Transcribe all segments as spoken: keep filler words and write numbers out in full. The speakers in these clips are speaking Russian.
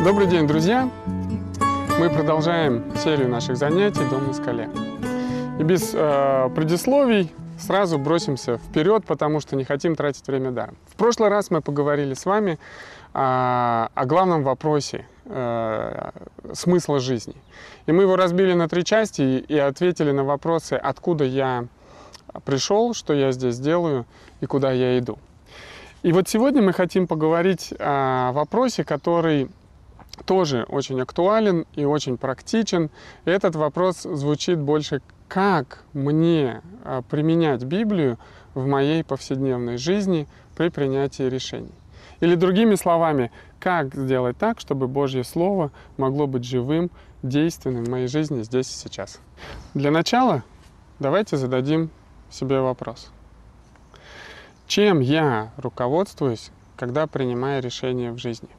Добрый день, друзья! Мы продолжаем серию наших занятий «Дом на скале». И без э, предисловий сразу бросимся вперед, потому что не хотим тратить время даром. В прошлый раз мы поговорили с вами о, о главном вопросе э, смысла жизни. И мы его разбили на три части и, и ответили на вопросы, откуда я пришел, что я здесь делаю и куда я иду. И вот сегодня мы хотим поговорить о вопросе, который тоже очень актуален и очень практичен. И этот вопрос звучит больше: как мне применять Библию в моей повседневной жизни при принятии решений? Или другими словами, как сделать так, чтобы Божье Слово могло быть живым, действенным в моей жизни здесь и сейчас? Для начала давайте зададим себе вопрос. Чем я руководствуюсь, когда принимаю решения в жизни?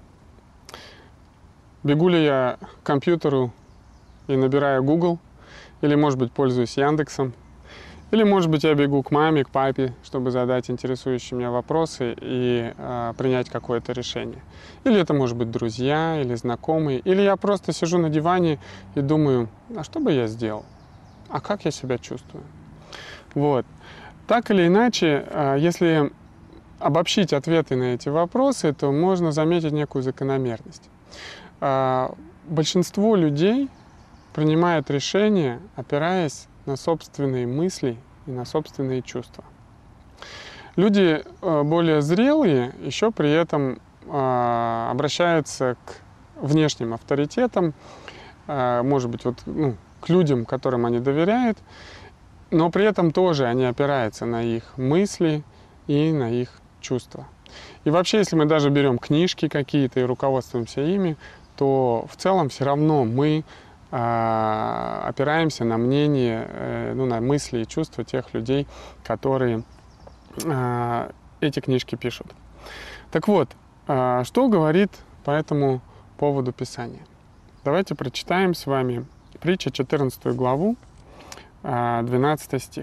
Бегу ли я к компьютеру и набираю Google? Или, может быть, пользуюсь Яндексом? Или, может быть, я бегу к маме, к папе, чтобы задать интересующие меня вопросы и э, принять какое-то решение? Или это, может быть, друзья или знакомые? Или я просто сижу на диване и думаю, а что бы я сделал? А как я себя чувствую? Вот. Так или иначе, э, если обобщить ответы на эти вопросы, то можно заметить некую закономерность. Большинство людей принимает решения, опираясь на собственные мысли и на собственные чувства. Люди более зрелые еще при этом обращаются к внешним авторитетам, может быть, вот, ну, к людям, которым они доверяют, но при этом тоже они опираются на их мысли и на их чувства. И вообще, если мы даже берем книжки какие-то и руководствуемся ими, то в целом все равно мы э, опираемся на мнение, э, ну, на мысли и чувства тех людей, которые э, эти книжки пишут. Так вот, э, что говорит по этому поводу Писание? Давайте прочитаем с вами притча четырнадцатую главу, э, двенадцатый стих.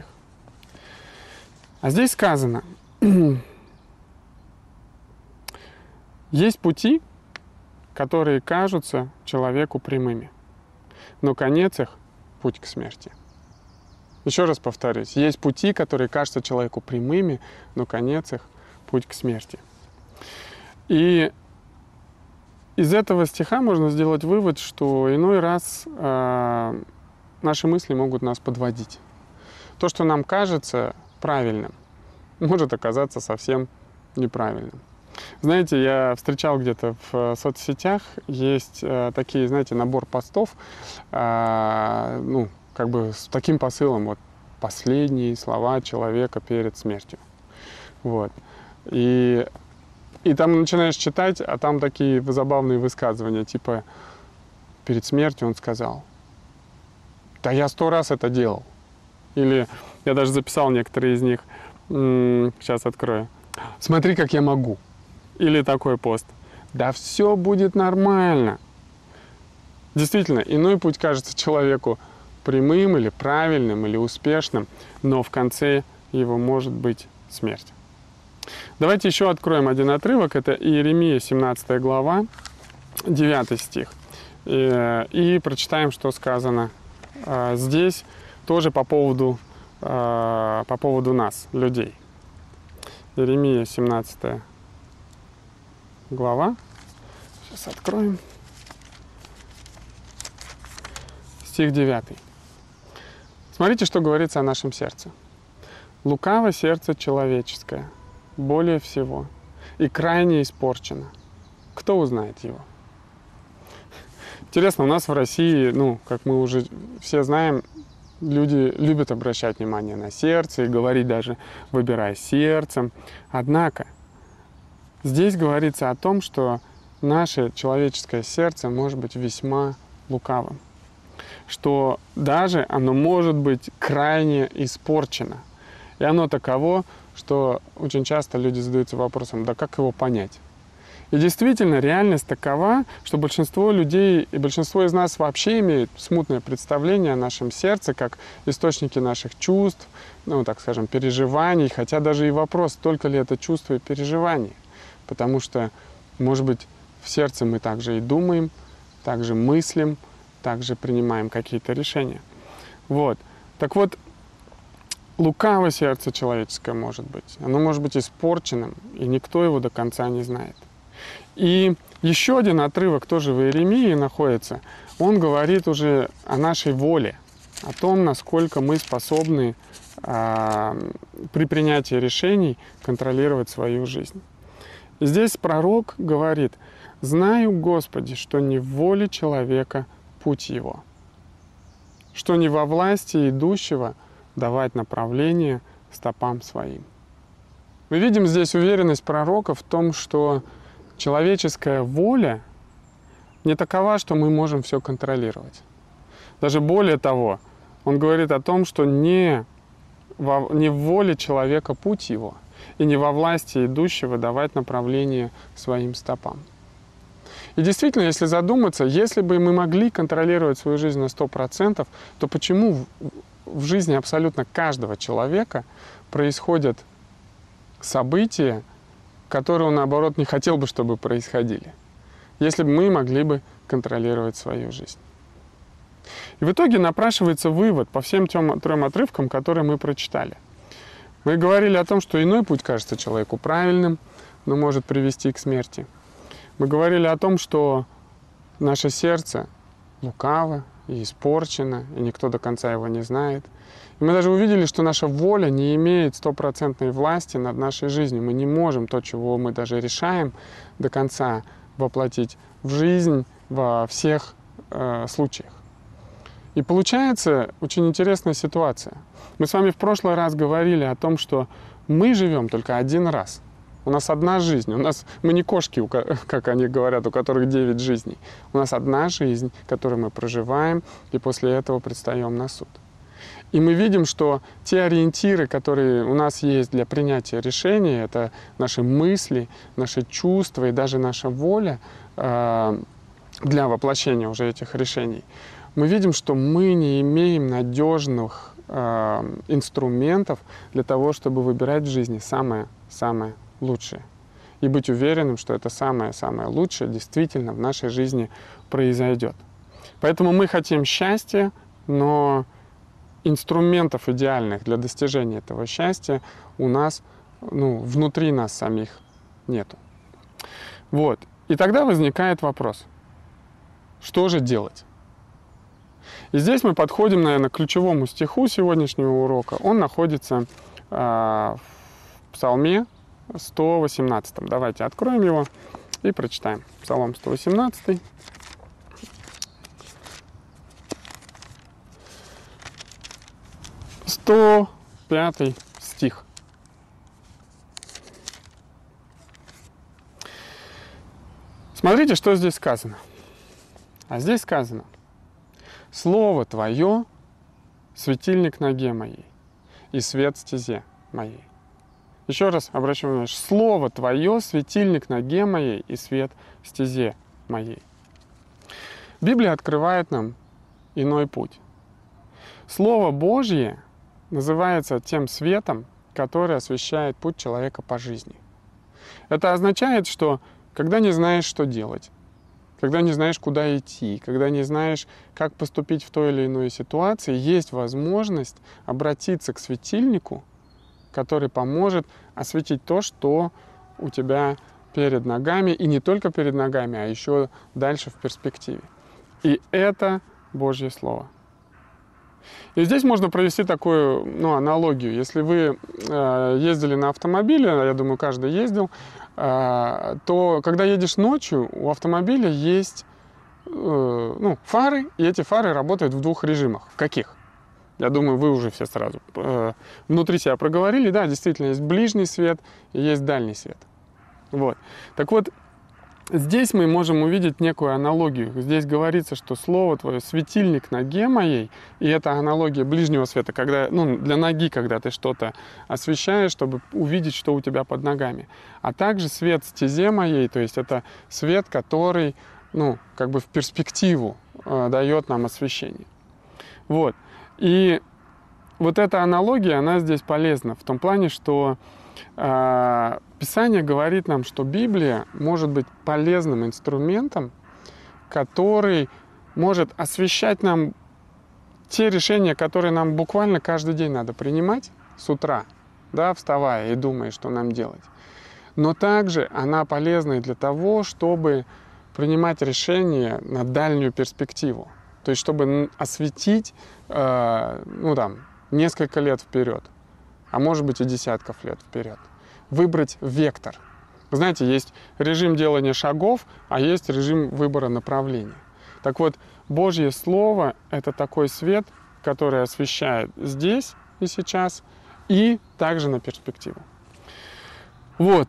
А здесь сказано: есть пути, которые кажутся человеку прямыми, но конец их — путь к смерти. Еще раз повторюсь, есть пути, которые кажутся человеку прямыми, но конец их — путь к смерти. И из этого стиха можно сделать вывод, что иной раз э, наши мысли могут нас подводить. То, что нам кажется правильным, может оказаться совсем неправильным. Знаете, я встречал где-то в соцсетях, есть э, такие, знаете, набор постов, э, ну, как бы с таким посылом, вот, последние слова человека перед смертью. Вот. И, и там начинаешь читать, а там такие забавные высказывания, типа, перед смертью он сказал: да я сто раз это делал. Или я даже записал некоторые из них, м-м, сейчас открою. Смотри, как я могу. Или такой пост: да все будет нормально. Действительно, иной путь кажется человеку прямым или правильным, или успешным, но в конце его может быть смерть. Давайте еще откроем один отрывок. Это Иеремия, семнадцатая глава, девятый стих. И, и прочитаем, что сказано а, здесь, тоже по поводу, а, по поводу нас, людей. Иеремия, семнадцатая глава. Сейчас откроем. Стих девятый. Смотрите, что говорится о нашем сердце. «Лукаво сердце человеческое, более всего, и крайне испорчено. Кто узнает его?» Интересно, у нас в России, ну, как мы уже все знаем, люди любят обращать внимание на сердце и говорить даже «выбирай сердцем». Однако здесь говорится о том, что наше человеческое сердце может быть весьма лукавым, что даже оно может быть крайне испорчено. И оно таково, что очень часто люди задаются вопросом: да как его понять? И действительно, реальность такова, что большинство людей и большинство из нас вообще имеют смутное представление о нашем сердце как источнике наших чувств, ну, так скажем, переживаний, хотя даже и вопрос, только ли это чувство и переживание. Потому что, может быть, в сердце мы также и думаем, также мыслим, также принимаем какие-то решения. Вот. Так вот, лукавое сердце человеческое может быть. Оно может быть испорченным, и никто его до конца не знает. И еще один отрывок тоже в Иеремии находится. Он говорит уже о нашей воле, о том, насколько мы способны а, при принятии решений контролировать свою жизнь. И здесь пророк говорит: «Знаю, Господи, что не в воле человека путь его, что не во власти идущего давать направление стопам своим». Мы видим здесь уверенность пророка в том, что человеческая воля не такова, что мы можем все контролировать. Даже более того, он говорит о том, что не, во, не в воле человека путь его, и не во власти идущего давать направление своим стопам. И действительно, если задуматься, если бы мы могли контролировать свою жизнь на сто процентов, то почему в жизни абсолютно каждого человека происходят события, которые он, наоборот, не хотел бы, чтобы происходили, если бы мы могли бы контролировать свою жизнь? И в итоге напрашивается вывод по всем тем трем отрывкам, которые мы прочитали. Мы говорили о том, что иной путь кажется человеку правильным, но может привести к смерти. Мы говорили о том, что наше сердце лукаво и испорчено, и никто до конца его не знает. И мы даже увидели, что наша воля не имеет стопроцентной власти над нашей жизнью. Мы не можем то, чего мы даже решаем, до конца воплотить в жизнь во всех э, случаях. И получается очень интересная ситуация. Мы с вами в прошлый раз говорили о том, что мы живем только один раз. У нас одна жизнь. У нас, мы не кошки, как они говорят, у которых девять жизней. У нас одна жизнь, которую мы проживаем, и после этого предстаем на суд. И мы видим, что те ориентиры, которые у нас есть для принятия решений, это наши мысли, наши чувства и даже наша воля э, для воплощения уже этих решений, мы видим, что мы не имеем надежных э, инструментов для того, чтобы выбирать в жизни самое-самое лучшее. И быть уверенным, что это самое-самое лучшее действительно в нашей жизни произойдет. Поэтому мы хотим счастья, но инструментов идеальных для достижения этого счастья у нас, ну, внутри нас самих нету. Вот. И тогда возникает вопрос: что же делать? И здесь мы подходим, наверное, к ключевому стиху сегодняшнего урока. Он находится э, в Псалме сто восемнадцатом. Давайте откроем его и прочитаем. Псалом сто восемнадцатый. сто пятый стих. Смотрите, что здесь сказано. А здесь сказано: «Слово Твое — светильник ноге моей и свет стезе моей». Еще раз обращу внимание: «Слово Твое — светильник ноге моей и свет стезе моей». Библия открывает нам иной путь. Слово Божье называется тем светом, который освещает путь человека по жизни. Это означает, что когда не знаешь, что делать, когда не знаешь, куда идти, когда не знаешь, как поступить в той или иной ситуации, есть возможность обратиться к светильнику, который поможет осветить то, что у тебя перед ногами, и не только перед ногами, а еще дальше в перспективе. И это Божье Слово. И здесь можно провести такую, ну, аналогию. Если вы э, ездили на автомобиле, я думаю, каждый ездил, э, то когда едешь ночью, у автомобиля есть э, ну, фары, и эти фары работают в двух режимах. В каких? Я думаю, вы уже все сразу э, внутри себя проговорили. Да, действительно, есть ближний свет и есть дальний свет. Вот. Так вот, здесь мы можем увидеть некую аналогию. Здесь говорится, что Слово Твое — светильник ноге моей, и это аналогия ближнего света, когда, ну, для ноги, когда ты что-то освещаешь, чтобы увидеть, что у тебя под ногами. А также свет стезе моей, то есть это свет, который, ну, как бы в перспективу э, дает нам освещение. Вот. И вот эта аналогия, она здесь полезна в том плане, что Писание говорит нам, что Библия может быть полезным инструментом, который может освещать нам те решения, которые нам буквально каждый день надо принимать с утра, да, вставая и думая, что нам делать. Но также она полезна и для того, чтобы принимать решения на дальнюю перспективу. То есть, чтобы осветить, э, ну там, несколько лет вперед, а может быть и десятков лет вперед. Выбрать вектор. Вы знаете, есть режим делания шагов, а есть режим выбора направления. Так вот, Божье Слово — это такой свет, который освещает здесь и сейчас, и также на перспективу. Вот.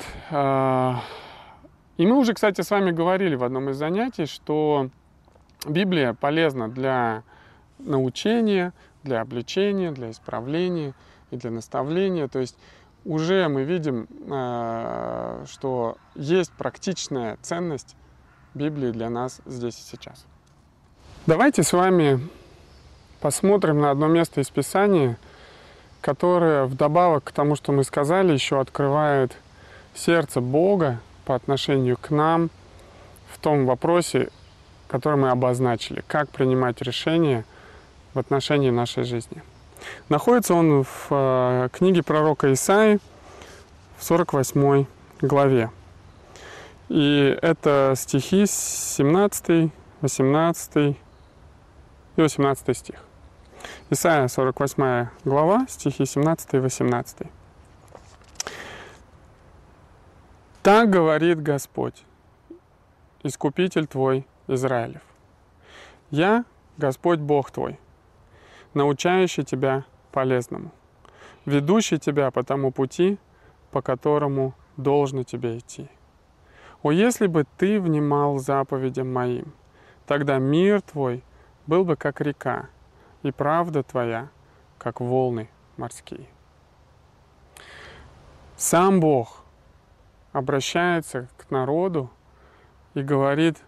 И мы уже, кстати, с вами говорили в одном из занятий, что Библия полезна для научения, для обличения, для исправления и для наставления. То есть уже мы видим, что есть практичная ценность Библии для нас здесь и сейчас. Давайте с вами посмотрим на одно место из Писания, которое вдобавок к тому, что мы сказали, еще открывает сердце Бога по отношению к нам в том вопросе, который мы обозначили, как принимать решения в отношении нашей жизни. Находится он в книге пророка Исаии в сорок восьмой главе. И это стихи семнадцатый, восемнадцатый и восемнадцатый стих. Исайя сорок восьмая глава, стихи семнадцатый и восемнадцатый. «Так говорит Господь, Искупитель твой, Израилев. Я, Господь Бог твой, научающий тебя полезному, ведущий тебя по тому пути, по которому должно тебе идти. О, если бы ты внимал заповедям моим, тогда мир твой был бы как река, и правда твоя, как волны морские». Сам Бог обращается к народу и говорит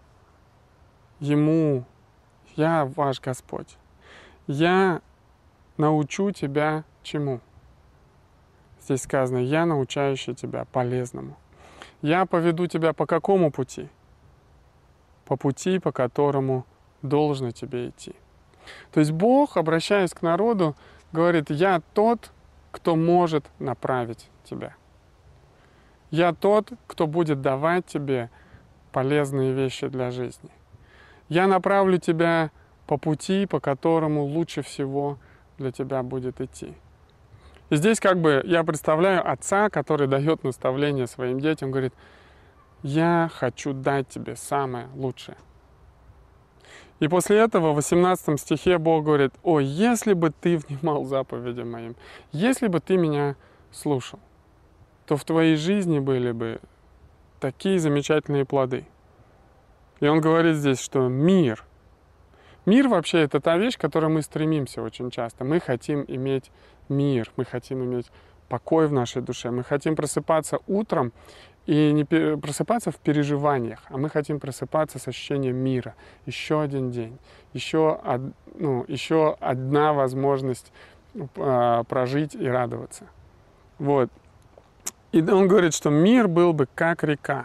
ему: «Я ваш Господь, я научу тебя чему?» Здесь сказано: «Я научающий тебя полезному». Я поведу тебя по какому пути? По пути, по которому должно тебе идти. То есть Бог, обращаясь к народу, говорит: «Я тот, кто может направить тебя. Я тот, кто будет давать тебе полезные вещи для жизни. Я направлю тебя по пути, по которому лучше всего для тебя будет идти». И здесь как бы я представляю отца, который дает наставление своим детям, говорит: «Я хочу дать тебе самое лучшее». И после этого в восемнадцатом стихе Бог говорит: «О, если бы ты внимал заповедям моим, если бы ты меня слушал, то в твоей жизни были бы такие замечательные плоды». И он говорит здесь, что мир. Мир вообще это та вещь, к которой мы стремимся очень часто. Мы хотим иметь мир, мы хотим иметь покой в нашей душе, мы хотим просыпаться утром и не просыпаться в переживаниях, а мы хотим просыпаться с ощущением мира. Еще один день, еще, ну, еще одна возможность э, прожить и радоваться. Вот. И он говорит, что мир был бы как река.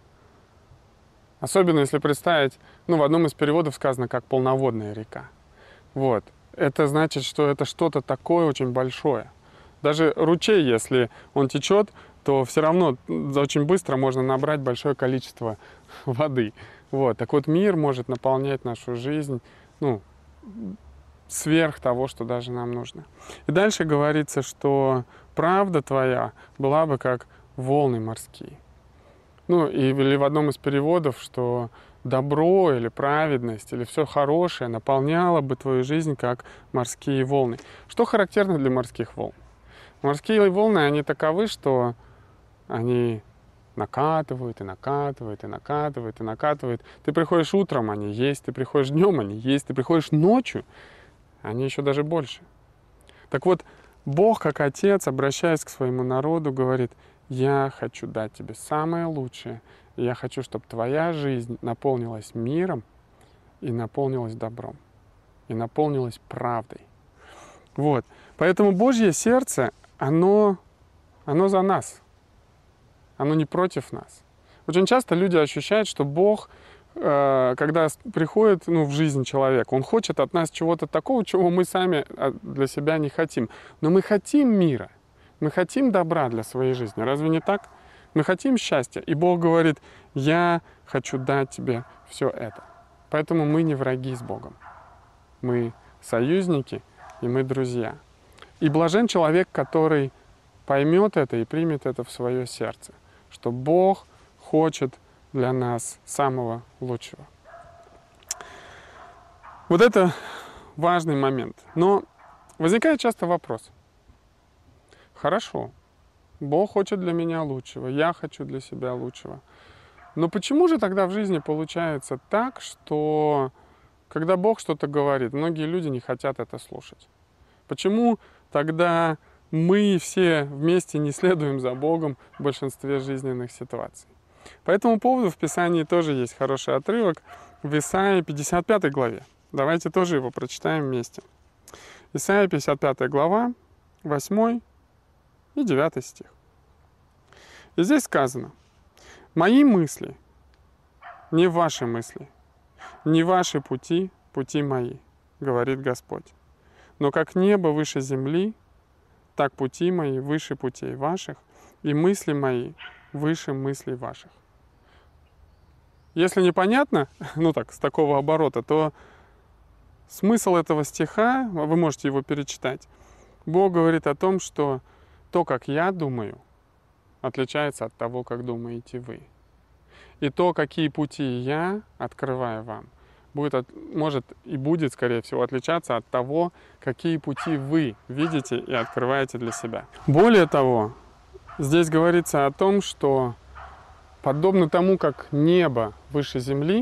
Особенно если представить, ну, в одном из переводов сказано, как полноводная река. Вот. Это значит, что это что-то такое очень большое. Даже ручей, если он течет, то все равно очень быстро можно набрать большое количество воды. Вот. Так вот, мир может наполнять нашу жизнь, ну, сверх того, что даже нам нужно. И дальше говорится, что правда твоя была бы как волны морские. Ну, или в одном из переводов, что добро или праведность, или все хорошее наполняло бы твою жизнь, как морские волны. Что характерно для морских волн? Морские волны, они таковы, что они накатывают и накатывают и накатывают и накатывают. Ты приходишь утром, они есть, ты приходишь днем, они есть, ты приходишь ночью, они еще даже больше. Так вот, Бог, как Отец, обращаясь к своему народу, говорит: «Я хочу дать тебе самое лучшее, и я хочу, чтобы твоя жизнь наполнилась миром и наполнилась добром, и наполнилась правдой». Вот. Поэтому Божье сердце, оно, оно за нас, оно не против нас. Очень часто люди ощущают, что Бог, э, когда приходит ну, в жизнь человека, Он хочет от нас чего-то такого, чего мы сами для себя не хотим. Но мы хотим мира, мы хотим добра для своей жизни. Разве не так? Мы хотим счастья. И Бог говорит, я хочу дать тебе все это. Поэтому мы не враги с Богом. Мы союзники, и мы друзья. И блажен человек, который поймет это и примет это в свое сердце, что Бог хочет для нас самого лучшего. Вот это важный момент. Но возникает часто вопрос. Хорошо, Бог хочет для меня лучшего, я хочу для себя лучшего. Но почему же тогда в жизни получается так, что когда Бог что-то говорит, многие люди не хотят это слушать? Почему тогда мы все вместе не следуем за Богом в большинстве жизненных ситуаций? По этому поводу в Писании тоже есть хороший отрывок в Исаии пятьдесят пятой главе. Давайте тоже его прочитаем вместе. Исаия пятьдесят пятая глава, восьмой и девятый стих. И здесь сказано: «Мои мысли не ваши мысли, не ваши пути, пути мои, говорит Господь. Но как небо выше земли, так пути мои выше путей ваших, и мысли мои выше мыслей ваших». Если непонятно, ну так, с такого оборота, то смысл этого стиха, вы можете его перечитать. Бог говорит о том, что то, как я думаю, отличается от того, как думаете вы. И то, какие пути я открываю вам, будет, от, может и будет, скорее всего, отличаться от того, какие пути вы видите и открываете для себя. Более того, здесь говорится о том, что подобно тому, как небо выше земли,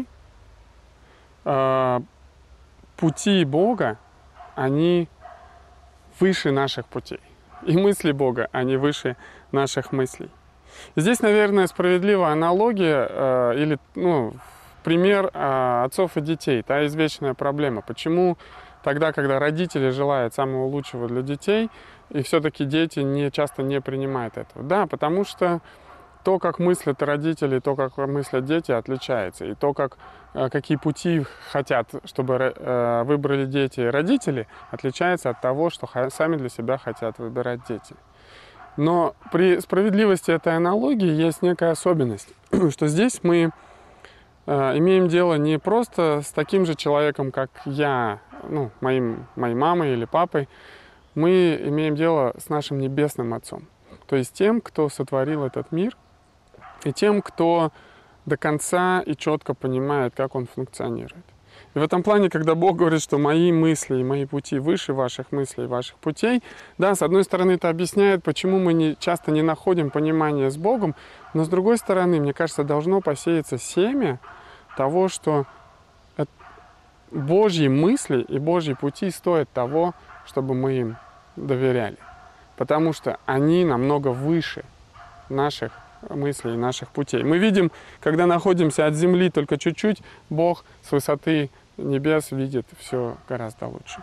э, пути Бога, они выше наших путей. И мысли Бога, они выше наших мыслей. Здесь, наверное, справедливая аналогия э, или ну, пример э, отцов и детей, та извечная проблема. Почему тогда, когда родители желают самого лучшего для детей, и все-таки дети не, часто не принимают этого? Да, потому что то, как мыслят родители, то, как мыслят дети, отличается. И то, как, какие пути хотят, чтобы выбрали дети и родители, отличается от того, что сами для себя хотят выбирать дети. Но при справедливости этой аналогии есть некая особенность, что здесь мы имеем дело не просто с таким же человеком, как я, ну, моим, моей мамой или папой, мы имеем дело с нашим Небесным Отцом, то есть тем, кто сотворил этот мир, и тем, кто до конца и четко понимает, как он функционирует. И в этом плане, когда Бог говорит, что мои мысли и мои пути выше ваших мыслей и ваших путей, да, с одной стороны, это объясняет, почему мы не, часто не находим понимания с Богом, но с другой стороны, мне кажется, должно посеяться семя того, что Божьи мысли и Божьи пути стоят того, чтобы мы им доверяли. Потому что они намного выше наших мыслей, наших путей. Мы видим, когда находимся от земли только чуть-чуть, Бог с высоты небес видит все гораздо лучше.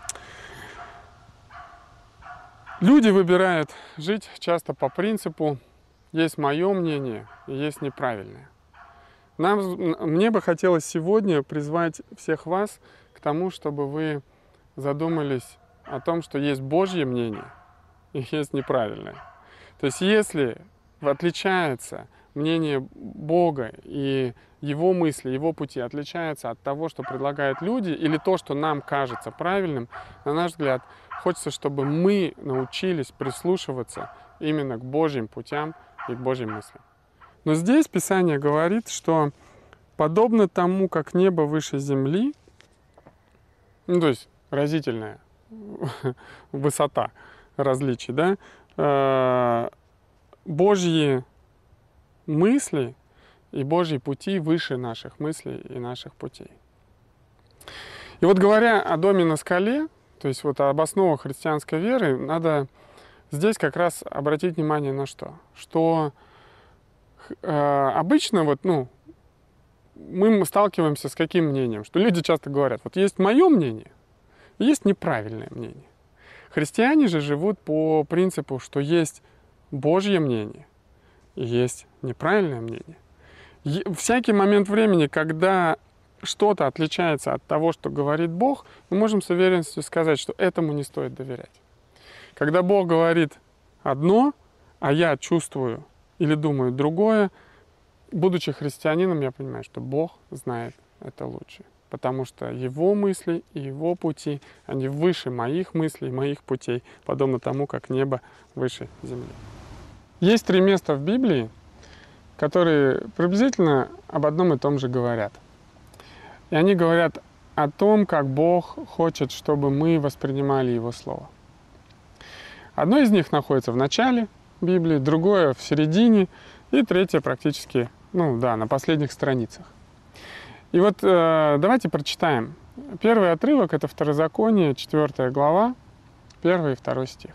Люди выбирают жить часто по принципу «есть мое мнение и есть неправильное». Нам, мне бы хотелось сегодня призвать всех вас к тому, чтобы вы задумались о том, что есть Божье мнение и есть неправильное. То есть если отличается мнение Бога и Его мысли, Его пути отличаются от того, что предлагают люди, или то, что нам кажется правильным, на наш взгляд, хочется, чтобы мы научились прислушиваться именно к Божьим путям и к Божьим мыслям. Но здесь Писание говорит, что подобно тому, как небо выше земли, ну, то есть разительная высота различий, да, Божьи мысли и Божьи пути выше наших мыслей и наших путей. И вот говоря о доме на скале, то есть вот об основах христианской веры, надо здесь как раз обратить внимание на что? Что э, обычно вот, ну, мы сталкиваемся с каким мнением? Что люди часто говорят, вот есть мое мнение, есть неправильное мнение. Христиане же живут по принципу, что есть Божье мнение и есть неправильное мнение. И всякий момент времени, когда что-то отличается от того, что говорит Бог, мы можем с уверенностью сказать, что этому не стоит доверять. Когда Бог говорит одно, а я чувствую или думаю другое, будучи христианином, я понимаю, что Бог знает это лучше. Потому что Его мысли и Его пути, они выше моих мыслей, моих путей, подобно тому, как небо выше земли. Есть три места в Библии, которые приблизительно об одном и том же говорят. И они говорят о том, как Бог хочет, чтобы мы воспринимали Его Слово. Одно из них находится в начале Библии, другое в середине, и третье практически, ну да, на последних страницах. И вот э, давайте прочитаем. Первый отрывок — это Второзаконие, четвёртая глава, первый и второй стих.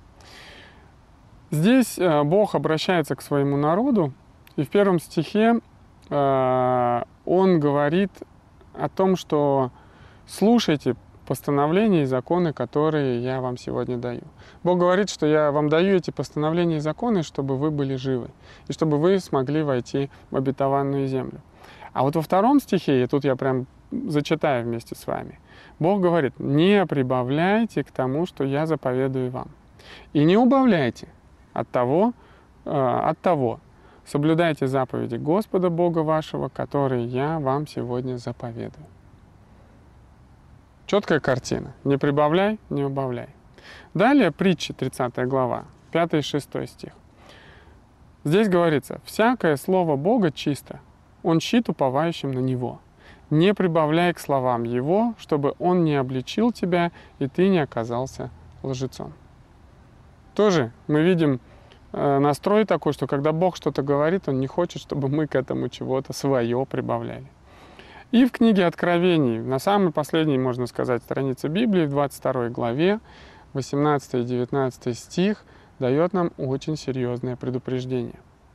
Здесь э, Бог обращается к своему народу, и в первом стихе э, Он говорит о том, что слушайте постановления и законы, которые я вам сегодня даю. Бог говорит, что я вам даю эти постановления и законы, чтобы вы были живы, и чтобы вы смогли войти в обетованную землю. А вот во втором стихе, и тут я прям зачитаю вместе с вами, Бог говорит: не прибавляйте к тому, что я заповедую вам, и не убавляйте от того, э, от того, соблюдайте заповеди Господа Бога вашего, которые я вам сегодня заповедую. Четкая картина. Не прибавляй, не убавляй. Далее притча, тридцатая глава, пятый и шестой стих. Здесь говорится: всякое слово Бога чисто, Он щит уповающим на Него. Не прибавляй к словам Его, чтобы Он не обличил тебя, и ты не оказался лжецом. Тоже мы видим э, настрой такой, что когда Бог что-то говорит, Он не хочет, чтобы мы к этому чего-то свое прибавляли. И в книге Откровений, на самой последней, можно сказать, странице Библии, в двадцать второй главе, восемнадцатый и девятнадцатый стих, дает нам очень серьезное предупреждение.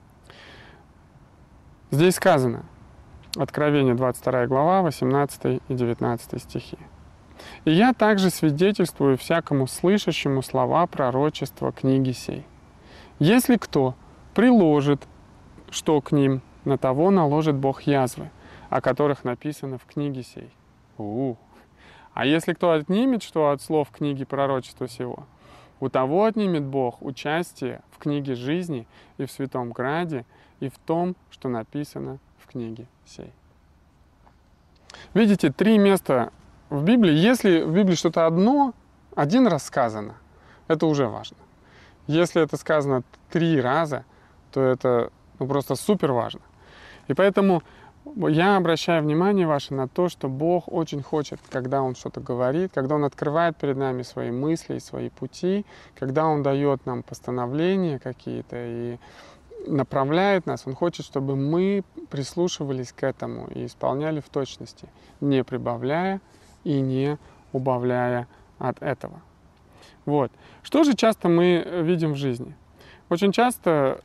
Здесь сказано, Откровение, двадцать вторая глава, восемнадцатый и девятнадцатый стихи. «И я также свидетельствую всякому слышащему слова пророчества книги сей. Если кто приложит что к ним, на того наложит Бог язвы, о которых написано в книге сей. У-у. А если кто отнимет что от слов книги пророчества сего, у того отнимет Бог участие в книге жизни и в святом граде, и в том, что написано в книге сей». Видите, три места в Библии. Если в Библии что-то одно, один раз сказано, это уже важно. Если это сказано три раза, то это ну, просто супер важно. И поэтому я обращаю внимание ваше на то, что Бог очень хочет, когда Он что-то говорит, когда Он открывает перед нами свои мысли и свои пути, когда Он дает нам постановления какие-то и направляет нас, Он хочет, чтобы мы прислушивались к этому и исполняли в точности, не прибавляя и не убавляя от этого. Вот. Что же часто мы видим в жизни? Очень часто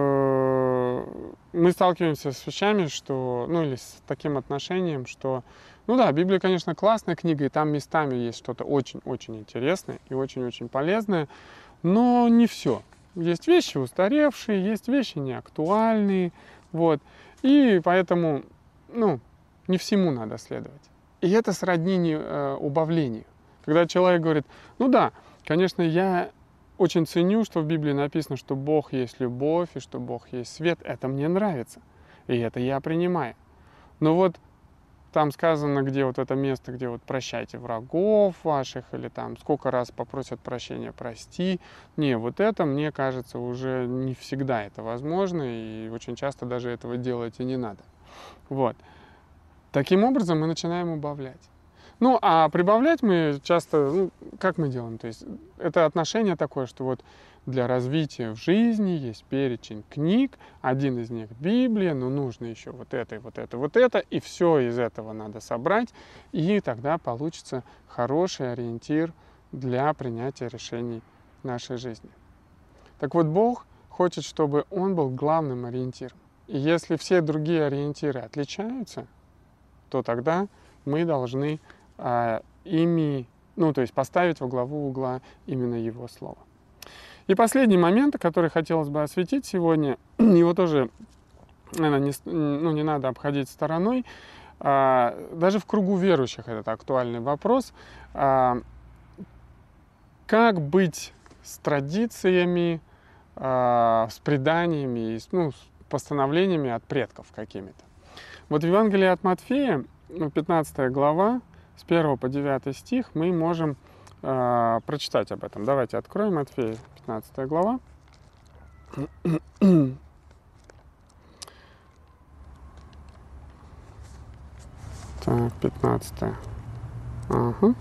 э, мы сталкиваемся с вещами, что, ну или с таким отношением, что, ну да, Библия, конечно, классная книга, и там местами есть что-то очень-очень интересное и очень-очень полезное, но не все. Есть вещи устаревшие, есть вещи неактуальные, вот. И поэтому, ну, не всему надо следовать. И это сродни не, э, убавлению. Когда человек говорит: ну да, конечно, я очень ценю, что в Библии написано, что Бог есть любовь и что Бог есть свет. Это мне нравится, и это я принимаю. Но вот там сказано, где вот это место, где вот прощайте врагов ваших, или там сколько раз попросят прощения, прости. Не, вот это, мне кажется, уже не всегда это возможно, и очень часто даже этого делать и не надо. Вот. Таким образом мы начинаем убавлять. Ну, а прибавлять мы часто, ну, как мы делаем? То есть это отношение такое, что вот для развития в жизни есть перечень книг, один из них Библия, но нужно еще вот это, и вот это, вот это, и все из этого надо собрать, и тогда получится хороший ориентир для принятия решений в нашей жизни. Так вот, Бог хочет, чтобы Он был главным ориентиром. И если все другие ориентиры отличаются, то тогда мы должны а, ими, ну, то есть поставить во главу угла именно Его Слово. И последний момент, который хотелось бы осветить сегодня, его тоже, наверное, не, ну, не надо обходить стороной. А, даже в кругу верующих этот актуальный вопрос. А, как быть с традициями, а, с преданиями, ну, с постановлениями от предков какими-то? Вот в Евангелии от Матфея, пятнадцатая глава, с первого по девятый стих, мы можем э, прочитать об этом. Давайте откроем Матфея, пятнадцатая глава. Так, пятнадцатая. Ага.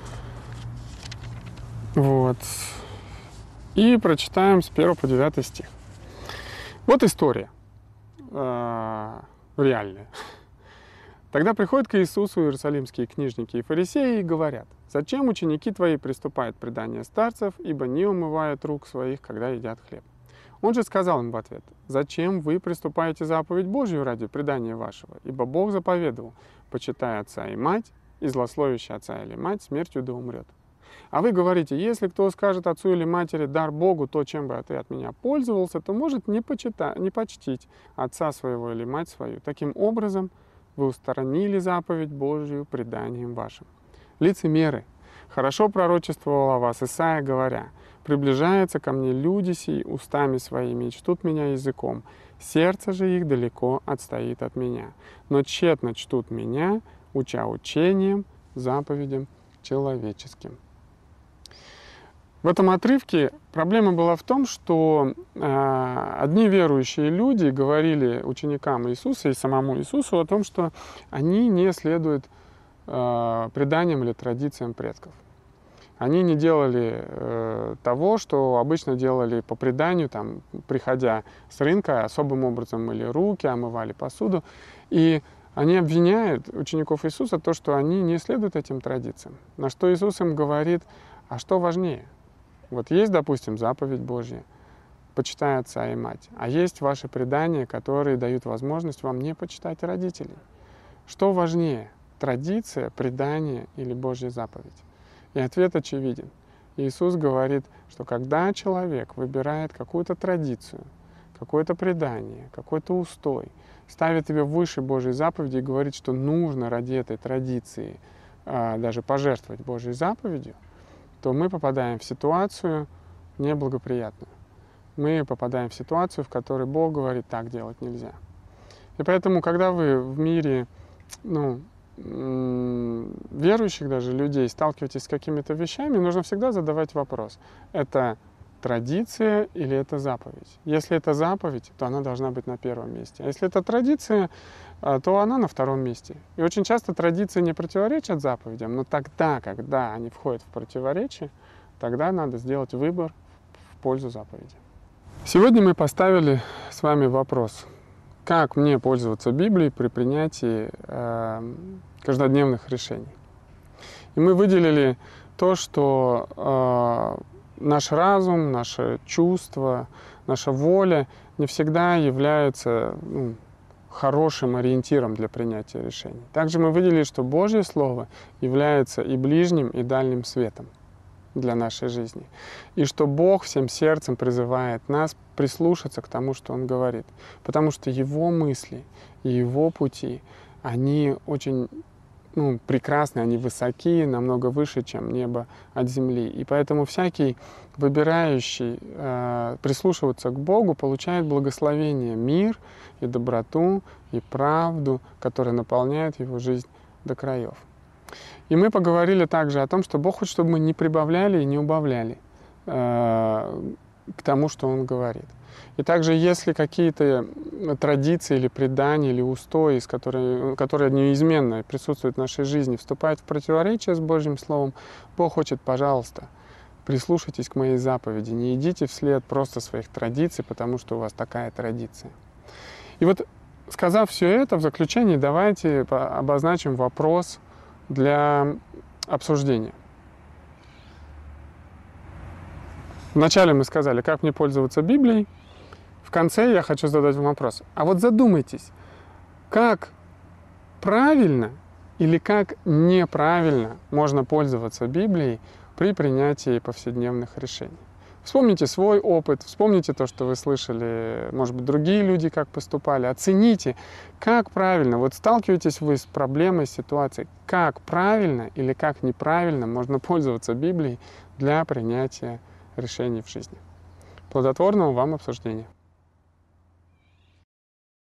Вот. И прочитаем с первого по девятый стих. Вот история. Э, реальная. Тогда приходят к Иисусу иерусалимские книжники и фарисеи и говорят: «Зачем ученики твои приступают к преданию старцев, ибо не умывают рук своих, когда едят хлеб?» Он же сказал им в ответ: «Зачем вы приступаете заповедь Божью ради предания вашего? Ибо Бог заповедовал: почитай отца и мать, и злословящий отца или мать смертью да умрет. А вы говорите: если кто скажет отцу или матери: дар Богу, то, чем бы ты от меня пользовался, то может не, почита, не почтить отца своего или мать свою. Таким образом, вы устранили заповедь Божью преданием вашим. Лицемеры! Хорошо пророчествовал о вас Исаия, говоря: приближаются ко мне люди сии устами своими и чтут меня языком, сердце же их далеко отстоит от меня. Но тщетно чтут меня, уча учением, заповедям человеческим». В этом отрывке проблема была в том, что э, одни верующие люди говорили ученикам Иисуса и самому Иисусу о том, что они не следуют э, преданиям или традициям предков. Они не делали э, того, что обычно делали по преданию, там, приходя с рынка, особым образом мыли руки, омывали посуду. И они обвиняют учеников Иисуса в том, что они не следуют этим традициям. На что Иисус им говорит: а что важнее? Вот есть, допустим, заповедь Божья: почитай отца и мать. А есть ваши предания, которые дают возможность вам не почитать родителей. Что важнее? Традиция, предание или Божья заповедь? И ответ очевиден. Иисус говорит, что когда человек выбирает какую-то традицию, какое-то предание, какой-то устой, ставит его выше Божьей заповеди и говорит, что нужно ради этой традиции а, даже пожертвовать Божьей заповедью, то мы попадаем в ситуацию неблагоприятную. Мы попадаем в ситуацию, в которой Бог говорит: так делать нельзя. И поэтому, когда вы в мире, ну, верующих даже людей сталкиваетесь с какими-то вещами, нужно всегда задавать вопрос: это традиция или это заповедь? Если это заповедь, то она должна быть на первом месте. А если это традиция, то она на втором месте. И очень часто традиции не противоречат заповедям, но тогда, когда они входят в противоречие, тогда надо сделать выбор в пользу заповеди. Сегодня мы поставили с вами вопрос: как мне пользоваться Библией при принятии э, каждодневных решений? И мы выделили то, что э, наш разум, наше чувство, наша воля не всегда являются ну, хорошим ориентиром для принятия решений. Также мы выделили, что Божье Слово является и ближним, и дальним светом для нашей жизни. И что Бог всем сердцем призывает нас прислушаться к тому, что Он говорит. Потому что Его мысли и Его пути, они очень ну, прекрасны, они высоки, намного выше, чем небо от земли. И поэтому всякий, выбирающий э, прислушиваться к Богу, получает благословение, мир и доброту, и правду, которые наполняют его жизнь до краев. И мы поговорили также о том, что Бог хочет, чтобы мы не прибавляли и не убавляли э, к тому, что Он говорит. И также, если какие-то традиции или предания, или устои, которые, которые неизменно присутствуют в нашей жизни, вступают в противоречие с Божьим Словом, Бог хочет: пожалуйста, прислушайтесь к моей заповеди, не идите вслед просто своих традиций, потому что у вас такая традиция. И вот, сказав все это, в заключении давайте обозначим вопрос для обсуждения. Вначале мы сказали, как мне пользоваться Библией. В конце я хочу задать вам вопрос. А вот задумайтесь, как правильно или как неправильно можно пользоваться Библией при принятии повседневных решений? Вспомните свой опыт, вспомните то, что вы слышали, может быть, другие люди как поступали. Оцените, как правильно, вот сталкиваетесь вы с проблемой, с ситуацией, как правильно или как неправильно можно пользоваться Библией для принятия решений в жизни. Плодотворного вам обсуждения.